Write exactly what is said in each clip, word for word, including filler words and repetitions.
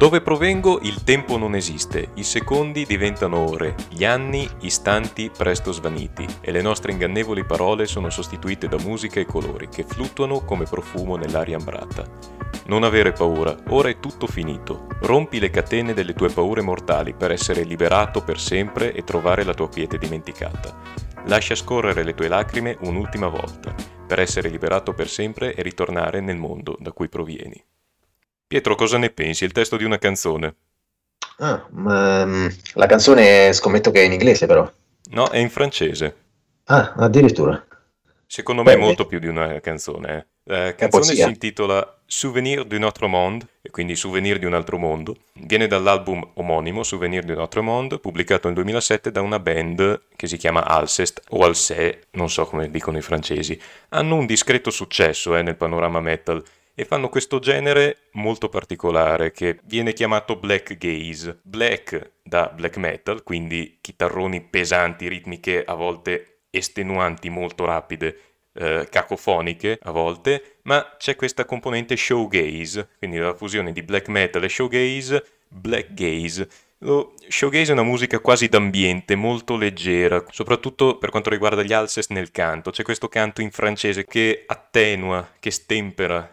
dove provengo il tempo non esiste, i secondi diventano ore, gli anni istanti presto svaniti e le nostre ingannevoli parole sono sostituite da musica e colori che fluttuano come profumo nell'aria ambrata. Non avere paura, ora è tutto finito. Rompi le catene delle tue paure mortali per essere liberato per sempre e trovare la tua quiete dimenticata. Lascia scorrere le tue lacrime un'ultima volta, per essere liberato per sempre e ritornare nel mondo da cui provieni. Pietro, cosa ne pensi? Il testo di una canzone? Ah, ma mm, la canzone scommetto che è in inglese però. No, è in francese. Ah, addirittura. Secondo me è Beh, molto più di una canzone. eh. La è canzone si poesia. intitola Souvenir d'un autre monde, e quindi Souvenir di un altro mondo. Viene dall'album omonimo Souvenir d'un autre monde, pubblicato nel duemilasette da una band che si chiama Alcest o Alcé, non so come dicono i francesi. Hanno un discreto successo eh, nel panorama metal e fanno questo genere molto particolare che viene chiamato black gaze. Black da black metal, quindi chitarroni pesanti, ritmiche a volte estenuanti, molto rapide, eh, cacofoniche a volte, ma c'è questa componente showgaze, quindi la fusione di black metal e showgaze, black gaze. Lo showgaze è una musica quasi d'ambiente, molto leggera, soprattutto per quanto riguarda gli Alcest nel canto. C'è questo canto in francese che attenua, che stempera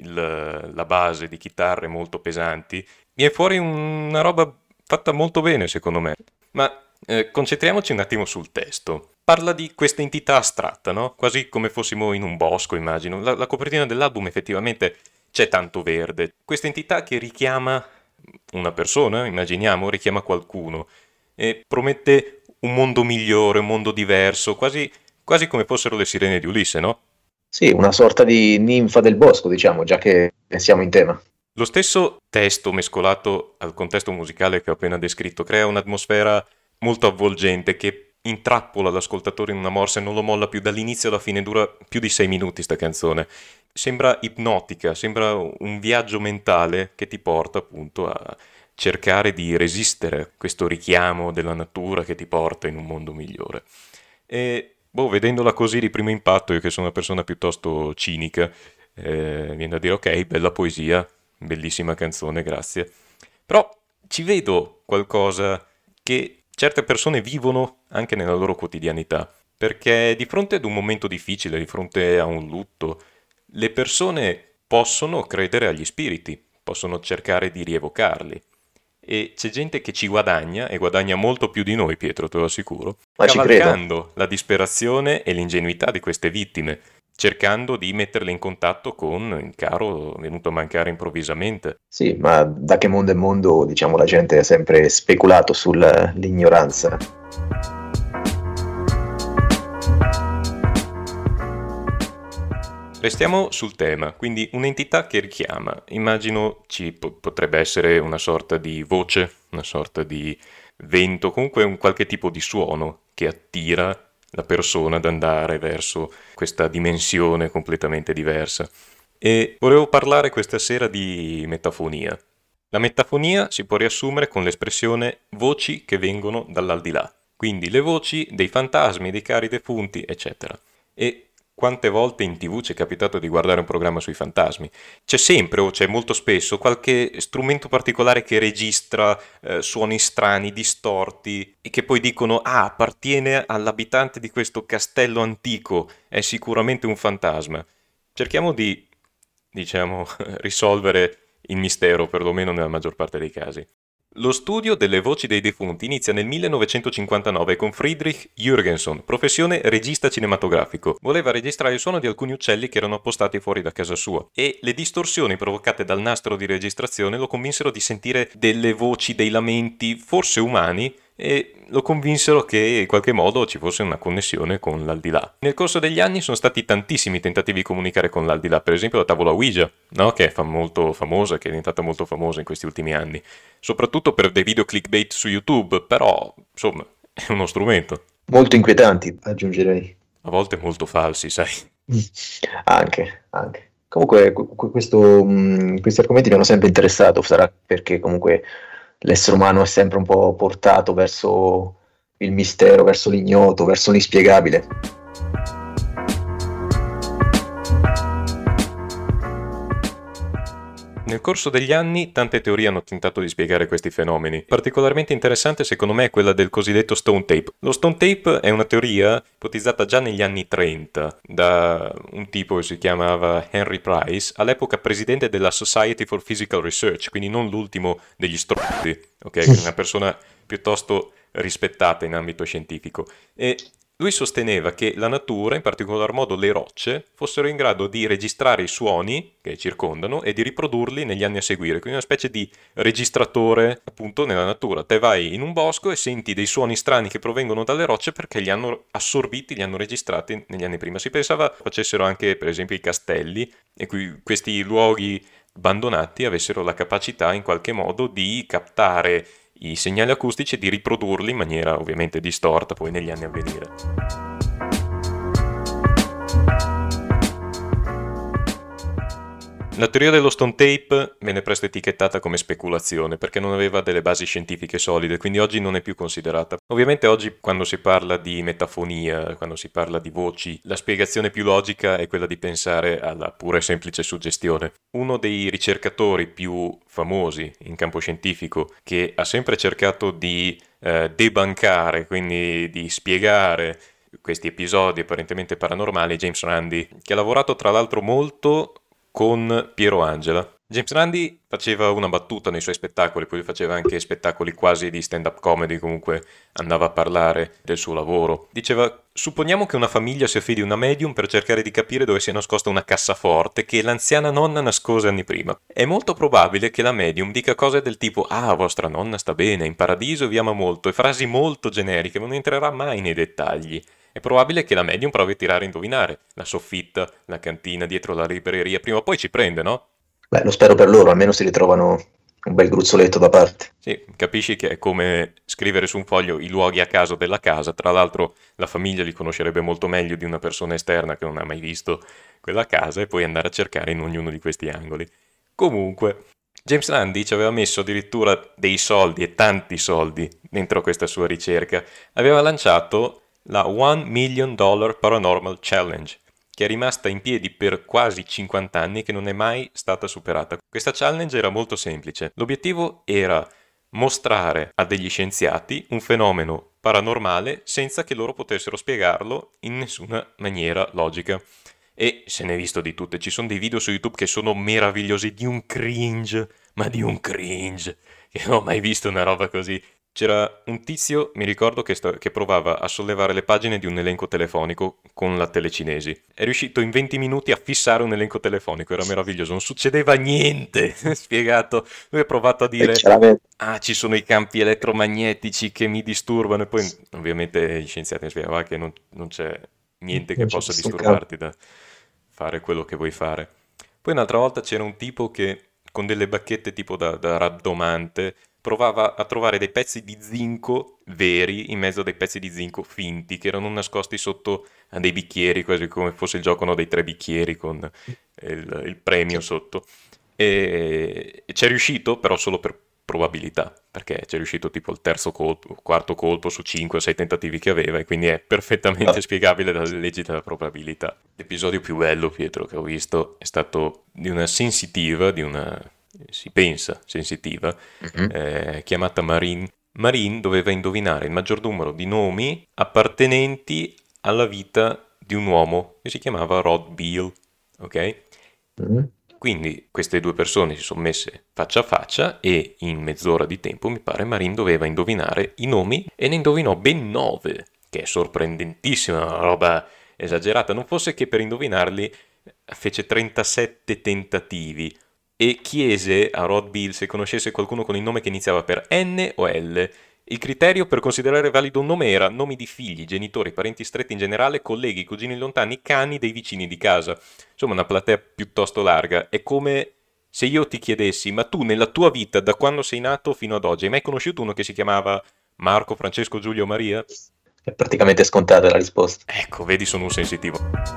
il- la base di chitarre molto pesanti. Viene fuori una roba fatta molto bene, secondo me. Ma eh, concentriamoci un attimo sul testo. Parla di questa entità astratta, no? Quasi come fossimo in un bosco, immagino. La, la copertina dell'album effettivamente c'è tanto verde. Questa entità che richiama una persona, immaginiamo, richiama qualcuno e promette un mondo migliore, un mondo diverso, quasi, quasi come fossero le sirene di Ulisse, no? Sì, una sorta di ninfa del bosco, diciamo, già che siamo in tema. Lo stesso testo mescolato al contesto musicale che ho appena descritto crea un'atmosfera molto avvolgente che intrappola l'ascoltatore in una morsa e non lo molla più dall'inizio alla fine. Dura più di sei minuti sta canzone. Sembra ipnotica, sembra un viaggio mentale che ti porta appunto a cercare di resistere a questo richiamo della natura che ti porta in un mondo migliore. E boh, vedendola così di primo impatto, io che sono una persona piuttosto cinica, eh, viene da dire ok, bella poesia, bellissima canzone, grazie. Però ci vedo qualcosa che certe persone vivono anche nella loro quotidianità, perché di fronte ad un momento difficile, di fronte a un lutto, le persone possono credere agli spiriti, possono cercare di rievocarli. E c'è gente che ci guadagna, e guadagna molto più di noi, Pietro, te lo assicuro, Ma ci credo. cavalcando la disperazione e l'ingenuità di queste vittime, cercando di metterle in contatto con il caro venuto a mancare improvvisamente. Sì, ma da che mondo è mondo, diciamo, la gente ha sempre speculato sull'ignoranza. Restiamo sul tema, quindi un'entità che richiama, immagino ci po- potrebbe essere una sorta di voce, una sorta di vento, comunque un qualche tipo di suono che attira la persona ad andare verso questa dimensione completamente diversa. E volevo parlare questa sera di metafonia. La metafonia si può riassumere con l'espressione voci che vengono dall'aldilà, quindi le voci dei fantasmi, dei cari defunti, eccetera. E quante volte in tv ci è capitato di guardare un programma sui fantasmi? C'è sempre o c'è molto spesso qualche strumento particolare che registra eh, suoni strani, distorti e che poi dicono ah, appartiene all'abitante di questo castello antico, è sicuramente un fantasma. Cerchiamo di, diciamo, risolvere il mistero, perlomeno nella maggior parte dei casi. Lo studio delle voci dei defunti inizia nel millenovecentocinquantanove con Friedrich Jürgenson, professione regista cinematografico. Voleva registrare il suono di alcuni uccelli che erano appostati fuori da casa sua e le distorsioni provocate dal nastro di registrazione lo convinsero di sentire delle voci, dei lamenti, forse umani, e lo convinsero che in qualche modo ci fosse una connessione con l'aldilà. Nel corso degli anni sono stati tantissimi tentativi di comunicare con l'aldilà, per esempio la tavola Ouija, no? Che è fa- molto famosa, che è diventata molto famosa in questi ultimi anni, soprattutto per dei video clickbait su YouTube, però insomma è uno strumento, Molto inquietanti, aggiungerei. a volte molto falsi, sai. Anche, anche. Comunque, que- que- questo, mh, questi argomenti mi hanno sempre interessato, sarà perché comunque l'essere umano è sempre un po' portato verso il mistero, verso l'ignoto, verso l'inspiegabile. Nel corso degli anni tante teorie hanno tentato di spiegare questi fenomeni. Particolarmente interessante secondo me è quella del cosiddetto stone tape. Lo stone tape è una teoria ipotizzata già negli anni trenta da un tipo che si chiamava Henry Price, all'epoca presidente della Society for Physical Research, quindi non l'ultimo degli stronzi, ok? Una persona piuttosto rispettata in ambito scientifico. E lui sosteneva che la natura, in particolar modo le rocce, fossero in grado di registrare i suoni che circondano e di riprodurli negli anni a seguire, quindi una specie di registratore appunto nella natura. Te vai in un bosco e senti dei suoni strani che provengono dalle rocce perché li hanno assorbiti, li hanno registrati negli anni prima. Si pensava facessero anche per esempio i castelli e qui, questi luoghi abbandonati avessero la capacità in qualche modo di captare i segnali acustici e di riprodurli in maniera ovviamente distorta poi negli anni a venire. La teoria dello stone tape viene presto etichettata come speculazione perché non aveva delle basi scientifiche solide, quindi oggi non è più considerata. Ovviamente oggi quando si parla di metafonia, quando si parla di voci, la spiegazione più logica è quella di pensare alla pura e semplice suggestione. Uno dei ricercatori più famosi in campo scientifico che ha sempre cercato di eh, debancare, quindi di spiegare questi episodi apparentemente paranormali, è James Randi, che ha lavorato tra l'altro molto con Piero Angela. James Randi faceva una battuta nei suoi spettacoli, poi faceva anche spettacoli quasi di stand-up comedy, comunque andava a parlare del suo lavoro. Diceva, supponiamo che una famiglia si affidi a una medium per cercare di capire dove sia nascosta una cassaforte che l'anziana nonna nascose anni prima. È molto probabile che la medium dica cose del tipo «Ah, vostra nonna sta bene, in paradiso vi ama molto» e frasi molto generiche, ma non entrerà mai nei dettagli. È probabile che la medium provi a tirare a indovinare la soffitta, la cantina dietro la libreria, prima o poi ci prende, no? Beh, lo spero per loro, almeno si ritrovano un bel gruzzoletto da parte. Sì, capisci che è come scrivere su un foglio i luoghi a caso della casa, tra l'altro la famiglia li conoscerebbe molto meglio di una persona esterna che non ha mai visto quella casa e poi andare a cercare in ognuno di questi angoli. Comunque, James Randi ci aveva messo addirittura dei soldi e tanti soldi dentro questa sua ricerca. Aveva lanciato la One Million Dollar Paranormal Challenge, che è rimasta in piedi per quasi cinquanta anni e che non è mai stata superata. Questa challenge era molto semplice. L'obiettivo era mostrare a degli scienziati un fenomeno paranormale senza che loro potessero spiegarlo in nessuna maniera logica. E se ne è visto di tutte. Ci sono dei video su YouTube che sono meravigliosi, di un cringe, ma di un cringe, che non ho mai visto una roba così. C'era un tizio, mi ricordo, che, sta- che provava a sollevare le pagine di un elenco telefonico con la telecinesi. È riuscito in venti minuti a fissare un elenco telefonico, era meraviglioso, non succedeva niente, spiegato. Lui ha provato a E dire, chiaramente ah, ci sono i campi elettromagnetici che mi disturbano, e poi ovviamente gli scienziati mi spiegavano che non, non c'è niente che non c'è possa nessun campo. disturbarti da fare quello che vuoi fare. Poi un'altra volta c'era un tipo che con delle bacchette tipo da, da raddomante provava a trovare dei pezzi di zinco veri in mezzo a dei pezzi di zinco finti che erano nascosti sotto a dei bicchieri, quasi come fosse il gioco no, dei tre bicchieri con il, il premio sotto. E, e c'è riuscito, però solo per probabilità, perché c'è riuscito tipo il terzo colpo, quarto colpo su cinque o sei tentativi che aveva e quindi è perfettamente No. spiegabile dalle leggi della probabilità. L'episodio più bello, Pietro, che ho visto è stato di una sensitiva, di una, si pensa sensitiva, Mhm. eh, chiamata Marine. Marine doveva indovinare il maggior numero di nomi appartenenti alla vita di un uomo che si chiamava Rod Beale, ok? Mhm. Quindi queste due persone si sono messe faccia a faccia e in mezz'ora di tempo, mi pare, Marin doveva indovinare i nomi e ne indovinò ben nove, che è sorprendentissima, una roba esagerata. Non fosse che per indovinarli fece trentasette tentativi e chiese a Rod Beale se conoscesse qualcuno con il nome che iniziava per N o L. Il criterio per considerare valido un nome era nomi di figli, genitori, parenti stretti in generale, colleghi, cugini lontani, cani dei vicini di casa. Insomma, una platea piuttosto larga. È come se io ti chiedessi, ma tu nella tua vita, da quando sei nato fino ad oggi, hai mai conosciuto uno che si chiamava Marco, Francesco, Giulio, Maria? È praticamente scontata la risposta. Ecco, vedi, sono un sensitivo.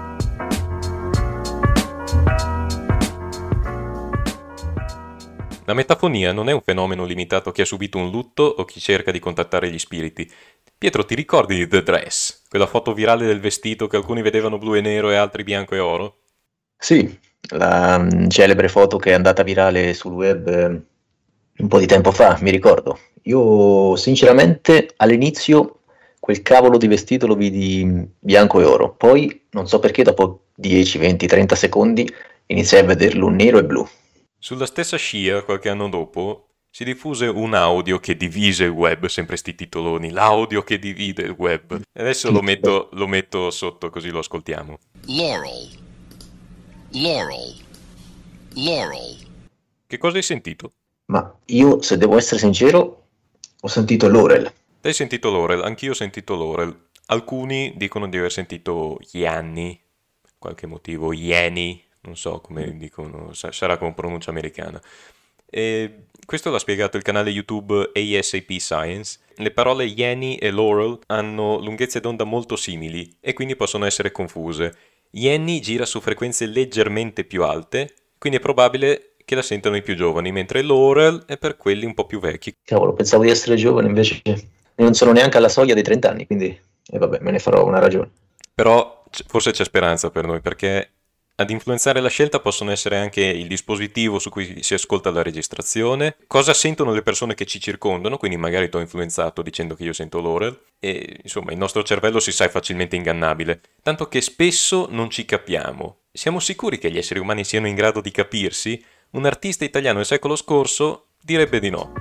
La metafonia non è un fenomeno limitato a chi ha subito un lutto o chi cerca di contattare gli spiriti. Pietro, ti ricordi di The Dress? Quella foto virale del vestito che alcuni vedevano blu e nero e altri bianco e oro? Sì, La mm, celebre foto che è andata virale sul web eh, un po' di tempo fa, mi ricordo. Io sinceramente all'inizio quel cavolo di vestito lo vidi mm, bianco e oro, poi non so perché dopo dieci, venti, trenta secondi iniziai a vederlo nero e blu. Sulla stessa scia, qualche anno dopo, si diffuse un audio che divise il web, sempre sti titoloni, l'audio che divide il web. E adesso lo metto, lo metto sotto così lo ascoltiamo. Laurel, Laurel, Laurel. Che cosa hai sentito? Ma io, se devo essere sincero, ho sentito Laurel. Hai sentito Laurel, anch'io ho sentito Laurel. Alcuni dicono di aver sentito Yanni, qualche motivo, Yeni, non so come dicono, sa- sarà con pronuncia americana. E questo l'ha spiegato il canale YouTube A S A P Science. Le parole Yeni e Laurel hanno lunghezze d'onda molto simili e quindi possono essere confuse. Yeni gira su frequenze leggermente più alte, quindi è probabile che la sentano i più giovani, mentre Laurel è per quelli un po' più vecchi. Cavolo, pensavo di essere giovane, invece non sono neanche alla soglia dei trenta anni, quindi e vabbè, me ne farò una ragione. Però c- forse c'è speranza per noi, perché ad influenzare la scelta possono essere anche il dispositivo su cui si ascolta la registrazione, cosa sentono le persone che ci circondano, quindi magari ti ho influenzato dicendo che io sento Laurel, e insomma il nostro cervello si sa è facilmente ingannabile, tanto che spesso non ci capiamo. Siamo sicuri che gli esseri umani siano in grado di capirsi? Un artista italiano del secolo scorso direbbe di no.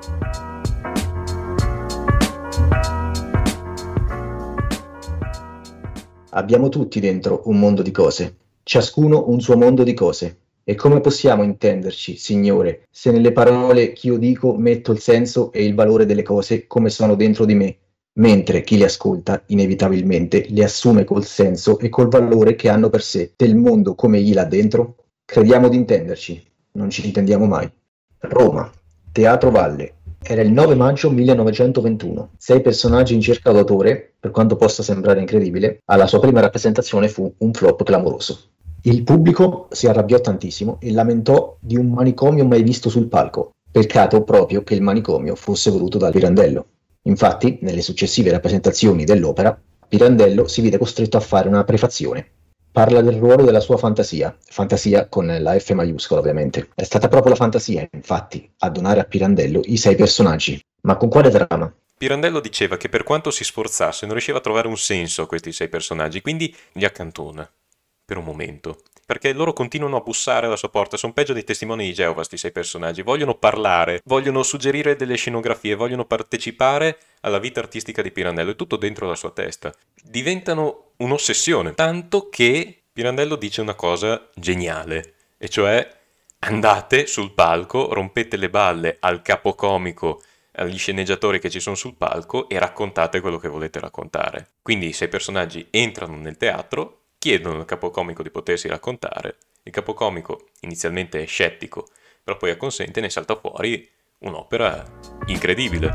Abbiamo tutti dentro un mondo di cose, ciascuno un suo mondo di cose. E come possiamo intenderci, Signore, se nelle parole che io dico metto il senso e il valore delle cose come sono dentro di me, mentre chi le ascolta inevitabilmente le assume col senso e col valore che hanno per sé del mondo come egli l'ha dentro? Crediamo di intenderci, non ci intendiamo mai. Roma, Teatro Valle. Era il nove maggio millenovecentoventuno. Sei personaggi in cerca d'autore, per quanto possa sembrare incredibile, alla sua prima rappresentazione fu un flop clamoroso. Il pubblico si arrabbiò tantissimo e lamentò di un manicomio mai visto sul palco. Peccato proprio che il manicomio fosse voluto da Pirandello. Infatti, nelle successive rappresentazioni dell'opera, Pirandello si vide costretto a fare una prefazione. Parla del ruolo della sua fantasia, fantasia con la F maiuscola ovviamente. È stata proprio la fantasia, infatti, a donare a Pirandello i sei personaggi. Ma con quale trama? Pirandello diceva che per quanto si sforzasse non riusciva a trovare un senso a questi sei personaggi, quindi li accantona per un momento. Perché loro continuano a bussare alla sua porta, sono peggio dei testimoni di Geova sti sei personaggi, vogliono parlare, vogliono suggerire delle scenografie, vogliono partecipare alla vita artistica di Pirandello, è tutto dentro la sua testa. Diventano un'ossessione, tanto che Pirandello dice una cosa geniale, e cioè andate sul palco, rompete le balle al capocomico, agli sceneggiatori che ci sono sul palco e raccontate quello che volete raccontare. Quindi i sei personaggi entrano nel teatro, chiedono al capocomico di potersi raccontare, il capocomico inizialmente è scettico, però poi acconsente e ne salta fuori un'opera incredibile.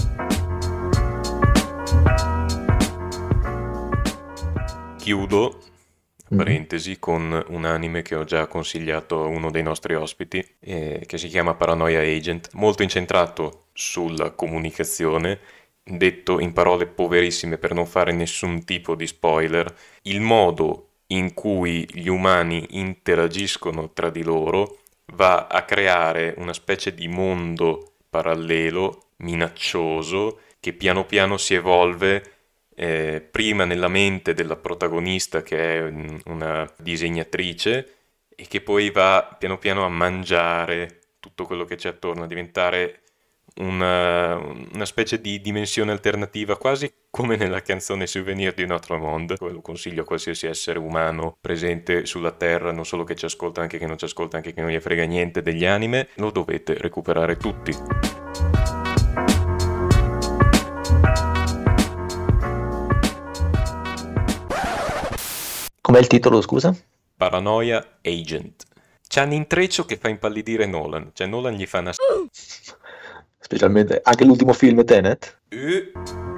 Chiudo, parentesi, con un anime che ho già consigliato a uno dei nostri ospiti, eh, che si chiama Paranoia Agent, molto incentrato sulla comunicazione, detto in parole poverissime per non fare nessun tipo di spoiler, il modo in cui gli umani interagiscono tra di loro va a creare una specie di mondo parallelo, minaccioso, che piano piano si evolve eh, prima nella mente della protagonista, che è un- una disegnatrice, e che poi va piano piano a mangiare tutto quello che c'è attorno, a diventare una, una specie di dimensione alternativa, quasi come nella canzone Souvenir di Notre Monde. Lo consiglio a qualsiasi essere umano presente sulla Terra, non solo che ci ascolta, anche che non ci ascolta, anche che non gli frega niente degli anime. Lo dovete recuperare tutti. Com'è il titolo, scusa? Paranoia Agent. C'ha un intreccio che fa impallidire Nolan, cioè Nolan gli fa una... Specialmente anche l'ultimo film Tenet? Eh,